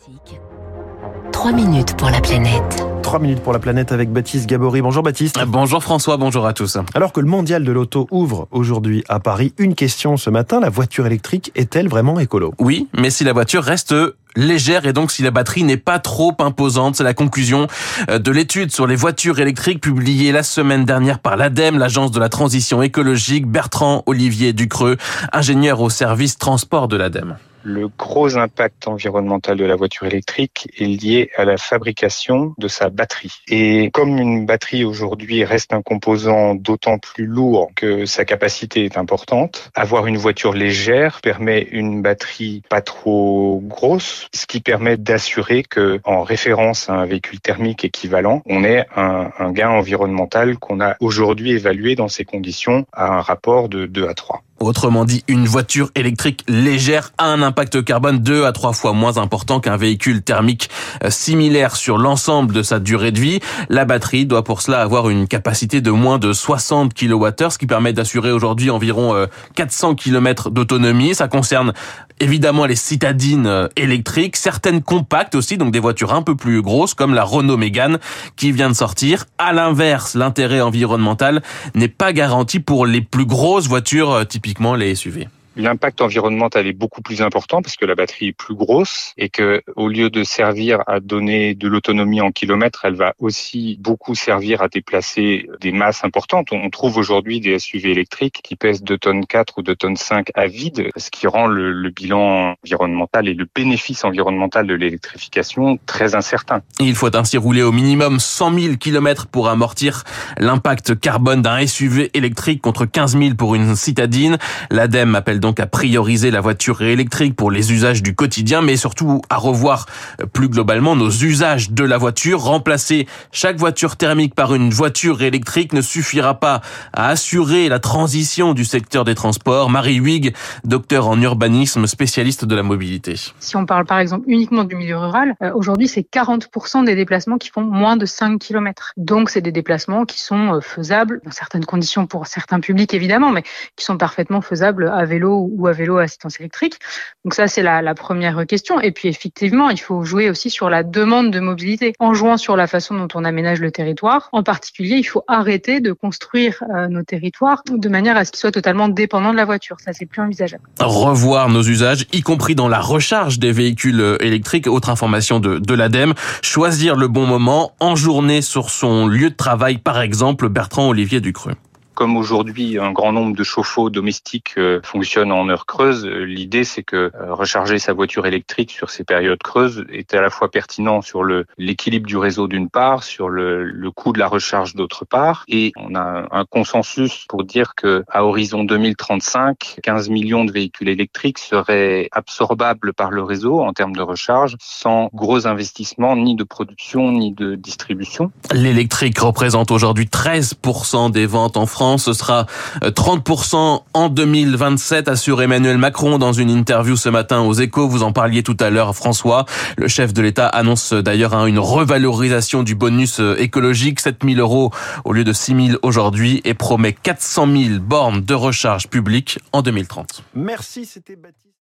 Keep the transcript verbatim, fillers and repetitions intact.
Classique. Trois minutes pour la planète. Trois minutes pour la planète avec Baptiste Gabory. Bonjour Baptiste. Bonjour François, bonjour à tous. Alors que le mondial de l'auto ouvre aujourd'hui à Paris, une question ce matin, la voiture électrique est-elle vraiment écolo ? Oui, mais si la voiture reste légère et donc si la batterie n'est pas trop imposante, c'est la conclusion de l'étude sur les voitures électriques publiée la semaine dernière par l'ADEME, l'agence de la transition écologique. Bertrand Olivier Ducreux, ingénieur au service transport de l'ADEME. Le gros impact environnemental de la voiture électrique est lié à la fabrication de sa batterie. Et comme une batterie aujourd'hui reste un composant d'autant plus lourd que sa capacité est importante, avoir une voiture légère permet une batterie pas trop grosse, ce qui permet d'assurer que, en référence à un véhicule thermique équivalent, on ait un, un gain environnemental qu'on a aujourd'hui évalué dans ces conditions à un rapport de deux à trois. Autrement dit, une voiture électrique légère a un impact carbone deux à trois fois moins important qu'un véhicule thermique similaire sur l'ensemble de sa durée de vie. La batterie doit pour cela avoir une capacité de moins de soixante kilowattheures, ce qui permet d'assurer aujourd'hui environ quatre cents kilomètres d'autonomie. Ça concerne évidemment les citadines électriques, certaines compactes aussi, donc des voitures un peu plus grosses comme la Renault Mégane qui vient de sortir. À l'inverse, l'intérêt environnemental n'est pas garanti pour les plus grosses voitures, typiquement les S U V. L'impact environnemental est beaucoup plus important parce que la batterie est plus grosse et que, au lieu de servir à donner de l'autonomie en kilomètres, elle va aussi beaucoup servir à déplacer des masses importantes. On trouve aujourd'hui des S U V électriques qui pèsent deux tonnes quatre ou deux tonnes cinq à vide, ce qui rend le, le bilan environnemental et le bénéfice environnemental de l'électrification très incertain. Il faut ainsi rouler au minimum cent mille kilomètres pour amortir l'impact carbone d'un S U V électrique contre quinze mille pour une citadine. L'ADEME appelle donc à prioriser la voiture électrique pour les usages du quotidien, mais surtout à revoir plus globalement nos usages de la voiture. Remplacer chaque voiture thermique par une voiture électrique ne suffira pas à assurer la transition du secteur des transports. Marie Huyghe, docteur en urbanisme, spécialiste de la mobilité. Si on parle par exemple uniquement du milieu rural, euh, aujourd'hui c'est quarante pour cent des déplacements qui font moins de cinq kilomètres. Donc c'est des déplacements qui sont euh, faisables, dans certaines conditions pour certains publics évidemment, mais qui sont parfaitement faisables à vélo ou à vélo à assistance électrique. Donc ça, c'est la, la première question. Et puis effectivement, il faut jouer aussi sur la demande de mobilité. En jouant sur la façon dont on aménage le territoire, en particulier, il faut arrêter de construire euh, nos territoires de manière à ce qu'ils soient totalement dépendants de la voiture. Ça, c'est plus envisageable. Revoir nos usages, y compris dans la recharge des véhicules électriques. Autre information de, de l'ADEME, choisir le bon moment en journée sur son lieu de travail, par exemple. Bertrand Olivier Ducreux. Comme aujourd'hui, un grand nombre de chauffe-eau domestiques euh, fonctionnent en heures creuses, euh, l'idée c'est que euh, recharger sa voiture électrique sur ces périodes creuses est à la fois pertinent sur le l'équilibre du réseau d'une part, sur le, le coût de la recharge d'autre part. Et on a un consensus pour dire que à horizon deux mille trente-cinq, quinze millions de véhicules électriques seraient absorbables par le réseau en termes de recharge, sans gros investissements ni de production ni de distribution. L'électrique représente aujourd'hui treize pour cent des ventes en France. Ce sera trente pour cent en deux mille vingt-sept, assure Emmanuel Macron dans une interview ce matin aux Échos. Vous en parliez tout à l'heure, François. Le chef de l'État annonce d'ailleurs une revalorisation du bonus écologique, sept mille euros au lieu de six mille aujourd'hui, et promet quatre cent mille bornes de recharge publique en deux mille trente. Merci, c'était Baptiste.